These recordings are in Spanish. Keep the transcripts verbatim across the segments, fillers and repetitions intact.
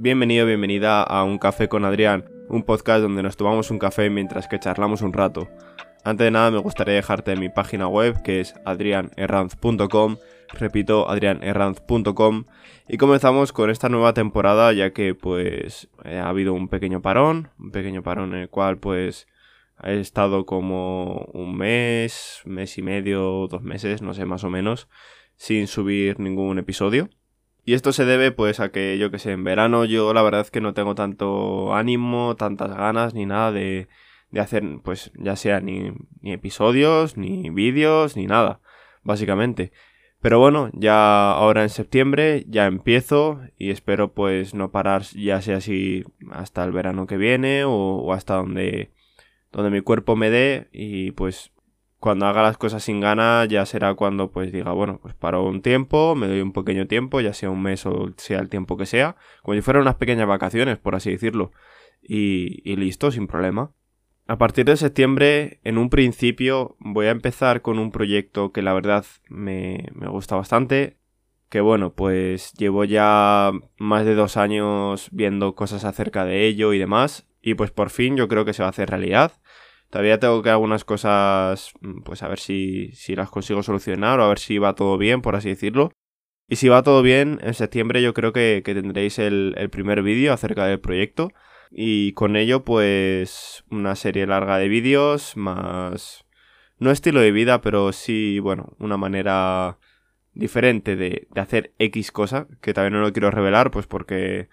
Bienvenido, bienvenida a Un Café con Adrián, un podcast donde nos tomamos un café mientras que charlamos un rato. Antes de nada me gustaría dejarte mi página web, que es adrian herranz punto com, repito, adrian herranz punto com, y comenzamos con esta nueva temporada, ya que pues eh, ha habido un pequeño parón, un pequeño parón en el cual pues he estado como un mes, mes y medio, dos meses, no sé, más o menos, sin subir ningún episodio. Y esto se debe pues a que, yo que sé, en verano yo la verdad es que no tengo tanto ánimo, tantas ganas ni nada de, de hacer, pues ya sea ni, ni episodios, ni vídeos, ni nada, básicamente. Pero bueno, ya ahora en septiembre ya empiezo y espero pues no parar, ya sea así hasta el verano que viene o, o hasta donde, donde mi cuerpo me dé, y pues cuando haga las cosas sin ganas ya será cuando pues diga, bueno, pues paro un tiempo, me doy un pequeño tiempo, ya sea un mes o sea el tiempo que sea, como si fueran unas pequeñas vacaciones, por así decirlo, y, y listo, sin problema. A partir de septiembre, en un principio, voy a empezar con un proyecto que la verdad me, me gusta bastante, que bueno, pues llevo ya más de dos años viendo cosas acerca de ello y demás, y pues por fin yo creo que se va a hacer realidad. Todavía tengo que algunas cosas, pues a ver si, si las consigo solucionar o a ver si va todo bien, por así decirlo. Y si va todo bien, en septiembre yo creo que, que tendréis el, el primer vídeo acerca del proyecto. Y con ello, pues, una serie larga de vídeos, más... no estilo de vida, pero sí, bueno, una manera diferente de, de hacer X cosa, que también no lo quiero revelar, pues porque...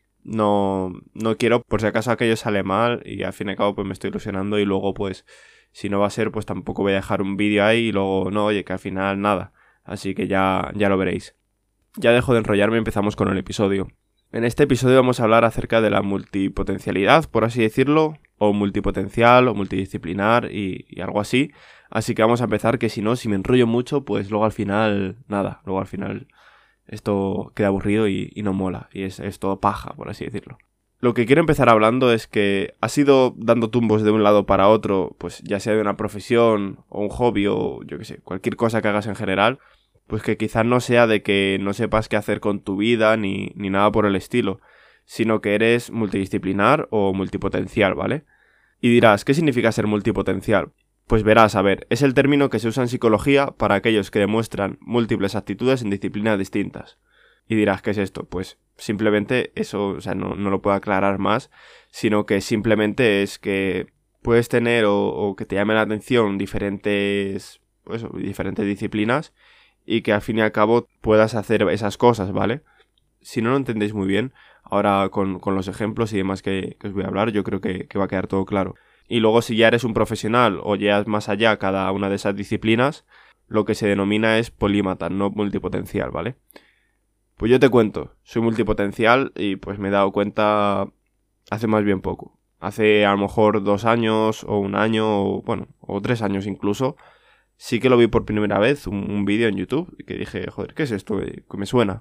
No, no quiero, por si acaso aquello sale mal y al fin y al cabo pues me estoy ilusionando y luego pues si no va a ser pues tampoco voy a dejar un vídeo ahí y luego no, oye, que al final nada. Así que ya, ya lo veréis. Ya dejo de enrollarme y empezamos con el episodio. En este episodio vamos a hablar acerca de la multipotencialidad, por así decirlo, o multipotencial o multidisciplinar y, y algo así. Así que vamos a empezar, que si no, si me enrollo mucho pues luego al final nada, luego al final... esto queda aburrido y, y no mola, y es, es todo paja, por así decirlo. Lo que quiero empezar hablando es que has ido dando tumbos de un lado para otro, pues ya sea de una profesión o un hobby o yo que sé, cualquier cosa que hagas en general, pues que quizás no sea de que no sepas qué hacer con tu vida ni, ni nada por el estilo, sino que eres multidisciplinar o multipotencial, ¿vale? Y dirás, ¿qué significa ser multipotencial? Pues verás, a ver, es el término que se usa en psicología para aquellos que demuestran múltiples actitudes en disciplinas distintas. Y dirás, ¿qué es esto? Pues simplemente eso, o sea, no, no lo puedo aclarar más, sino que simplemente es que puedes tener o, o que te llame la atención diferentes, pues, diferentes disciplinas y que al fin y al cabo puedas hacer esas cosas, ¿vale? Si no lo entendéis muy bien, ahora con, con los ejemplos y demás que, que os voy a hablar, yo creo que, que va a quedar todo claro. Y luego si ya eres un profesional o llegas más allá cada una de esas disciplinas, lo que se denomina es polímata, no multipotencial, ¿vale? Pues yo te cuento, soy multipotencial y pues me he dado cuenta hace más bien poco. Hace a lo mejor dos años o un año, o, bueno, o tres años incluso, sí que lo vi por primera vez, un, un vídeo en YouTube, y que dije, joder, ¿qué es esto? Que me suena.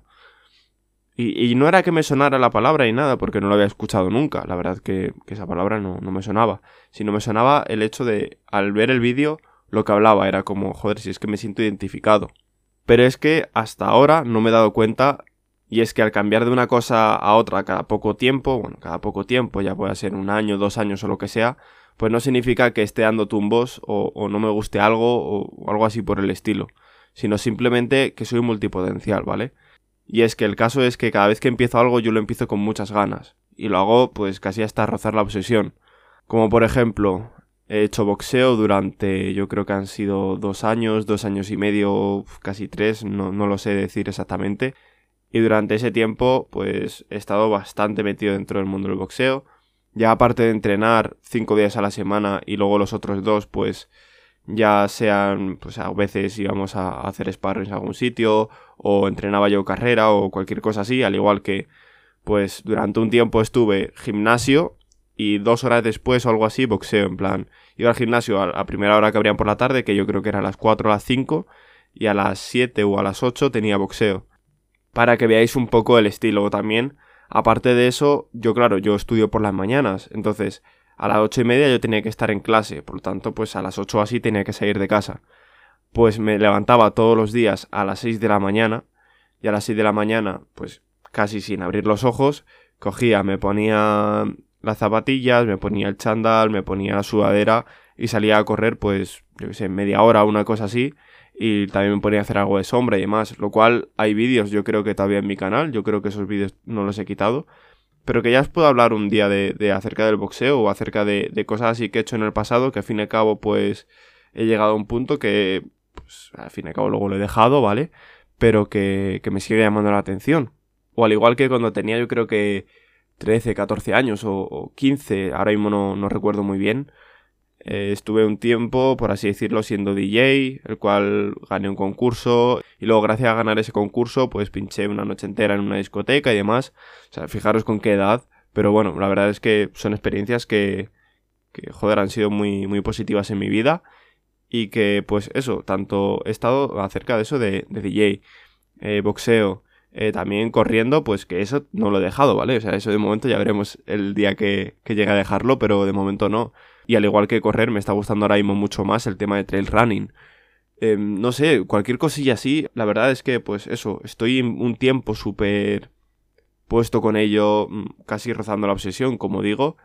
Y, y no era que me sonara la palabra ni nada, porque no lo había escuchado nunca. La verdad que, que esa palabra no, no me sonaba. Sino me sonaba el hecho de, al ver el vídeo, lo que hablaba era como, joder, si es que me siento identificado. Pero es que hasta ahora no me he dado cuenta, y es que al cambiar de una cosa a otra cada poco tiempo, bueno, cada poco tiempo, ya puede ser un año, dos años o lo que sea, pues no significa que esté dando tumbos o, o no me guste algo o, o algo así por el estilo. Sino simplemente que soy multipotencial, ¿vale? Y es que el caso es que cada vez que empiezo algo yo lo empiezo con muchas ganas. Y lo hago pues casi hasta rozar la obsesión. Como por ejemplo, he hecho boxeo durante, yo creo que han sido dos años, dos años y medio, casi tres, no, no lo sé decir exactamente. Y durante ese tiempo pues he estado bastante metido dentro del mundo del boxeo. Ya aparte de entrenar cinco días a la semana y luego los otros dos pues... ya sean, pues a veces íbamos a hacer sparring en algún sitio, o entrenaba yo carrera, o cualquier cosa así, al igual que, pues durante un tiempo estuve gimnasio, y dos horas después o algo así, boxeo, en plan, iba al gimnasio a, a primera hora que abrían por la tarde, que yo creo que era a las cuatro o las cinco, y a las siete o a las ocho tenía boxeo, para que veáis un poco el estilo también. Aparte de eso, yo claro, yo estudio por las mañanas, entonces... a las ocho y media yo tenía que estar en clase, por lo tanto, pues a las ocho así tenía que salir de casa. Pues me levantaba todos los días a las seis de la mañana, y a las seis de la mañana, pues casi sin abrir los ojos, cogía, me ponía las zapatillas, me ponía el chándal, me ponía la sudadera y salía a correr, pues, yo qué sé, media hora o una cosa así. Y también me ponía a hacer algo de sombra y demás, lo cual hay vídeos, yo creo que todavía en mi canal, yo creo que esos vídeos no los he quitado, pero que ya os puedo hablar un día de, de acerca del boxeo o acerca de, de cosas así que he hecho en el pasado, que al fin y al cabo pues he llegado a un punto que, pues al fin y al cabo luego lo he dejado, ¿vale? Pero que, que me sigue llamando la atención. O al igual que cuando tenía yo creo que trece, catorce años o, o quince, ahora mismo no, no recuerdo muy bien. Eh, estuve un tiempo, por así decirlo, siendo D J, el cual gané un concurso y luego gracias a ganar ese concurso pues pinché una noche entera en una discoteca y demás. O sea, fijaros con qué edad, pero bueno, la verdad es que son experiencias que, que joder, han sido muy, muy positivas en mi vida y que pues eso, tanto he estado acerca de eso de, de D J, eh, boxeo, eh, también corriendo, pues que eso no lo he dejado, ¿vale? O sea, eso de momento ya veremos el día que, que llegue a dejarlo, pero de momento no. Y al igual que correr, me está gustando ahora mismo mucho más el tema de trail running. Eh, no sé, cualquier cosilla así, la verdad es que, pues eso, estoy en un tiempo súper puesto con ello, casi rozando la obsesión, como digo,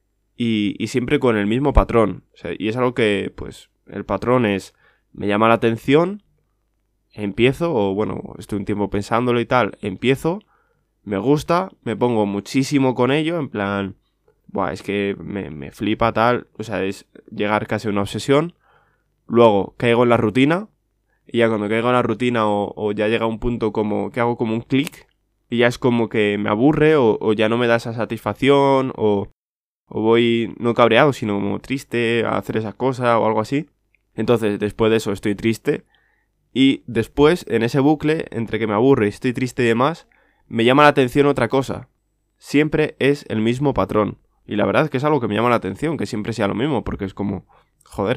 y, y siempre con el mismo patrón. O sea, y es algo que, pues, el patrón es, me llama la atención, empiezo, o bueno, estoy un tiempo pensándolo y tal, empiezo, me gusta, me pongo muchísimo con ello, en plan... Buah, es que me, me flipa tal, o sea, es llegar casi a una obsesión. Luego caigo en la rutina y ya cuando caigo en la rutina o, o ya llega un punto como que hago como un clic y ya es como que me aburre o, o ya no me da esa satisfacción o, o voy no cabreado sino como triste a hacer esa cosa o algo así. Entonces después de eso estoy triste y después en ese bucle entre que me aburre y estoy triste y demás me llama la atención otra cosa. Siempre es el mismo patrón. Y la verdad es que es algo que me llama la atención, que siempre sea lo mismo, porque es como, joder.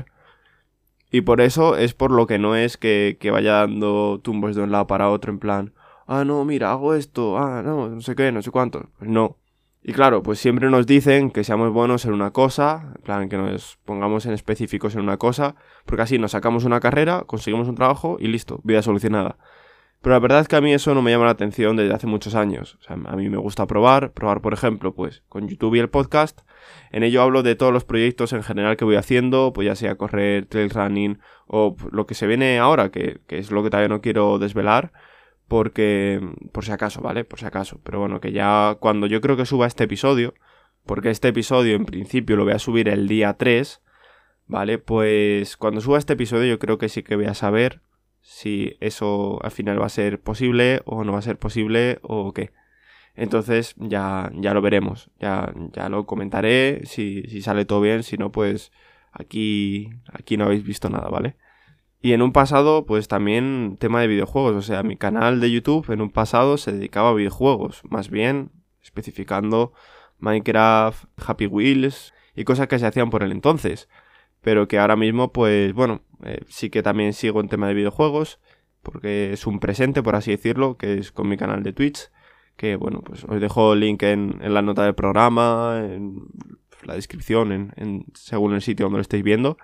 Y por eso es por lo que no es que, que vaya dando tumbos de un lado para otro en plan, ah, no, mira, hago esto, ah, no, no sé qué, no sé cuánto. Pues no. Y claro, pues siempre nos dicen que seamos buenos en una cosa, en plan que nos pongamos en específicos en una cosa, porque así nos sacamos una carrera, conseguimos un trabajo y listo, vida solucionada. Pero la verdad es que a mí eso no me llama la atención desde hace muchos años. O sea, a mí me gusta probar, probar por ejemplo, pues con YouTube y el podcast. En ello hablo de todos los proyectos en general que voy haciendo, pues ya sea correr, trail running o lo que se viene ahora, que, que es lo que todavía no quiero desvelar, porque, por si acaso, ¿vale? Por si acaso. Pero bueno, que ya cuando yo creo que suba este episodio, porque este episodio en principio lo voy a subir el día tres, ¿vale? Pues cuando suba este episodio yo creo que sí que voy a saber si eso al final va a ser posible o no va a ser posible o qué. Entonces ya, ya lo veremos, ya, ya lo comentaré, si, si sale todo bien, si no pues aquí, aquí no habéis visto nada, ¿vale? Y en un pasado pues también tema de videojuegos, o sea, mi canal de YouTube en un pasado se dedicaba a videojuegos, más bien especificando Minecraft, Happy Wheels y cosas que se hacían por el entonces. Pero que ahora mismo, pues bueno, eh, sí que también sigo en tema de videojuegos, porque es un presente, por así decirlo, que es con mi canal de Twitch, que bueno, pues os dejo el link en, en la nota del programa, en la descripción, en, en, según el sitio donde lo estéis viendo.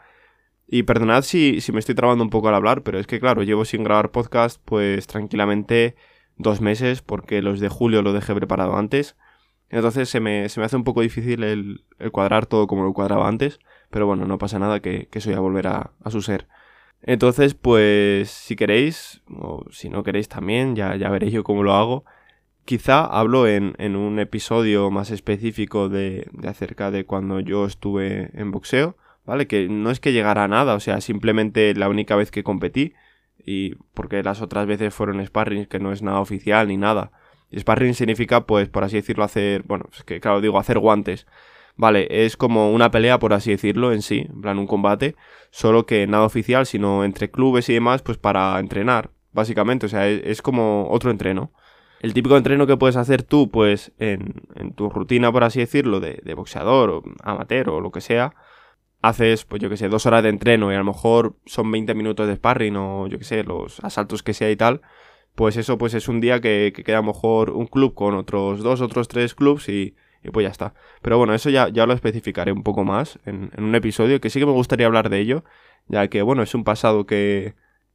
Y perdonad si, si me estoy trabando un poco al hablar, pero es que claro, llevo sin grabar podcast pues tranquilamente dos meses, porque los de julio lo dejé preparado antes. Entonces se me, se me hace un poco difícil el, el cuadrar todo como lo cuadraba antes. Pero bueno, no pasa nada, que, que eso ya volverá a su ser. Entonces, pues, si queréis, o si no queréis también, ya, ya veréis yo cómo lo hago. Quizá hablo en, en un episodio más específico de, de acerca de cuando yo estuve en boxeo, ¿vale? Que no es que llegara a nada, o sea, simplemente la única vez que competí, y porque las otras veces fueron sparring, que no es nada oficial ni nada. Y sparring significa, pues, por así decirlo, hacer, bueno, es que claro, digo, hacer guantes. Vale, es como una pelea, por así decirlo, en sí, en plan un combate, solo que nada oficial, sino entre clubes y demás, pues para entrenar, básicamente, o sea, es, es como otro entreno. El típico entreno que puedes hacer tú, pues, en, en tu rutina, por así decirlo, de, de boxeador o amateur o lo que sea, haces, pues yo que sé, dos horas de entreno y a lo mejor son veinte minutos de sparring o yo que sé, los asaltos que sea y tal, pues eso pues es un día que, que queda a lo mejor un club con otros dos, otros tres clubs y... Y pues ya está. Pero bueno, eso ya, ya lo especificaré un poco más en, en un episodio, que sí que me gustaría hablar de ello, ya que bueno, es un pasado que,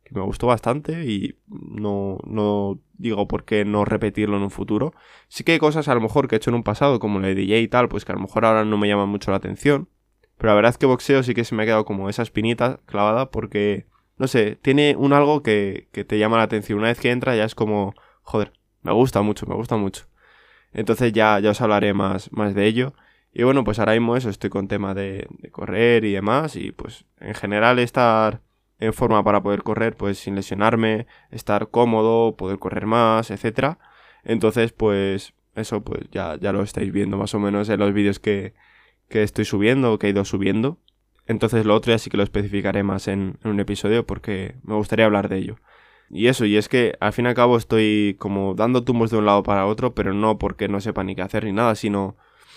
que me gustó bastante y no, no digo por qué no repetirlo en un futuro. Sí que hay cosas a lo mejor que he hecho en un pasado, como la de D J y tal, pues que a lo mejor ahora no me llaman mucho la atención. Pero la verdad es que boxeo sí que se me ha quedado como esa espinita clavada porque, no sé, tiene un algo que, que te llama la atención. Una vez que entra ya es como, joder, me gusta mucho, me gusta mucho. Entonces ya, ya os hablaré más, más de ello. Y bueno, pues ahora mismo eso, estoy con tema de, de correr y demás. Y pues en general estar en forma para poder correr, pues sin lesionarme, estar cómodo, poder correr más, etcétera. Entonces pues eso pues ya, ya lo estáis viendo más o menos en los vídeos que, que estoy subiendo o que he ido subiendo. Entonces lo otro ya sí que lo especificaré más en, en un episodio porque me gustaría hablar de ello. Y eso, y es que al fin y al cabo estoy como dando tumbos de un lado para otro, pero no porque no sepa ni qué hacer ni nada, sino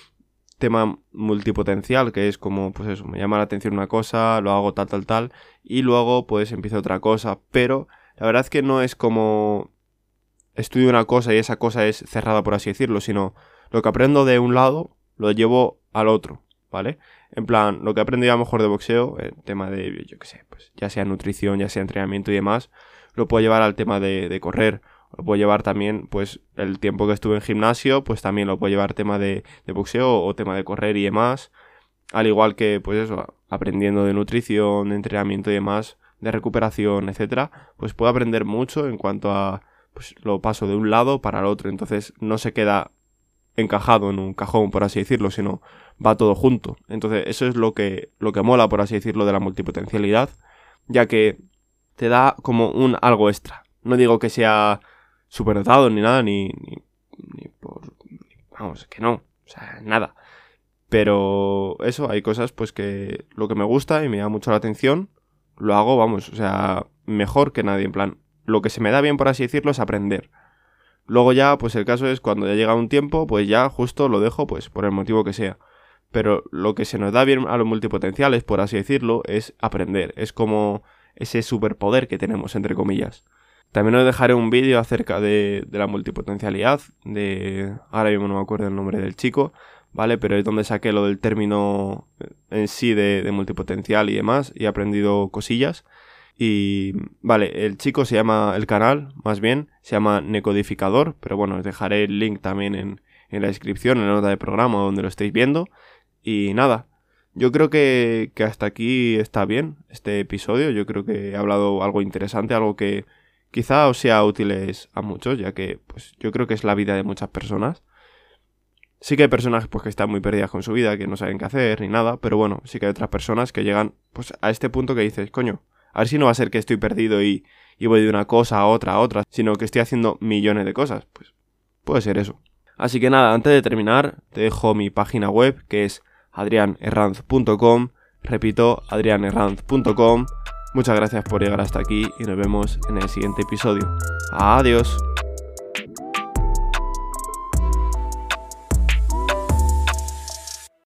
tema multipotencial, que es como, pues eso, me llama la atención una cosa, lo hago tal, tal, tal, y luego pues empiezo otra cosa, pero la verdad es que no es como estudio una cosa y esa cosa es cerrada, por así decirlo, sino lo que aprendo de un lado lo llevo al otro, ¿vale? En plan, lo que he aprendido a lo mejor de boxeo, el tema de, yo qué sé, pues ya sea nutrición, ya sea entrenamiento y demás, lo puedo llevar al tema de, de correr. Lo puedo llevar también, pues, el tiempo que estuve en gimnasio, pues también lo puedo llevar tema de, de boxeo o tema de correr y demás. Al igual que, pues eso, aprendiendo de nutrición, de entrenamiento y demás, de recuperación, etcétera, pues puedo aprender mucho en cuanto a, pues lo paso de un lado para el otro. Entonces no se queda encajado en un cajón, por así decirlo, sino va todo junto. Entonces eso es lo que, lo que mola, por así decirlo, de la multipotencialidad, ya que te da como un algo extra. No digo que sea superdotado ni nada, ni, ni, ni por... Vamos, que no, o sea, nada. Pero eso, hay cosas pues que lo que me gusta y me llama mucho la atención, lo hago, vamos, o sea, mejor que nadie. En plan, lo que se me da bien, por así decirlo, es aprender. Luego ya, pues el caso es cuando ya llega un tiempo, pues ya justo lo dejo, pues por el motivo que sea. Pero lo que se nos da bien a los multipotenciales, por así decirlo, es aprender. Es como ese superpoder que tenemos, entre comillas. También os dejaré un vídeo acerca de, de la multipotencialidad, de... ahora mismo no me acuerdo el nombre del chico, ¿vale? Pero es donde saqué lo del término en sí de, de multipotencial y demás, y he aprendido cosillas. Y vale, el chico se llama, el canal más bien, se llama Necodificador, pero bueno, os dejaré el link también en, en la descripción, en la nota de programa donde lo estéis viendo. Y nada, yo creo que, que hasta aquí está bien este episodio. Yo creo que he hablado algo interesante, algo que quizá os sea útiles a muchos, ya que pues yo creo que es la vida de muchas personas. Sí que hay personas pues que están muy perdidas con su vida, que no saben qué hacer ni nada, pero bueno, sí que hay otras personas que llegan pues a este punto que dices, coño, a ver si no va a ser que estoy perdido y, y voy de una cosa a otra a otra, sino que estoy haciendo millones de cosas. Pues puede ser eso. Así que nada, antes de terminar, te dejo mi página web, que es adrian herranz punto com. Repito, adrian herranz punto com. Muchas gracias por llegar hasta aquí y nos vemos en el siguiente episodio. Adiós.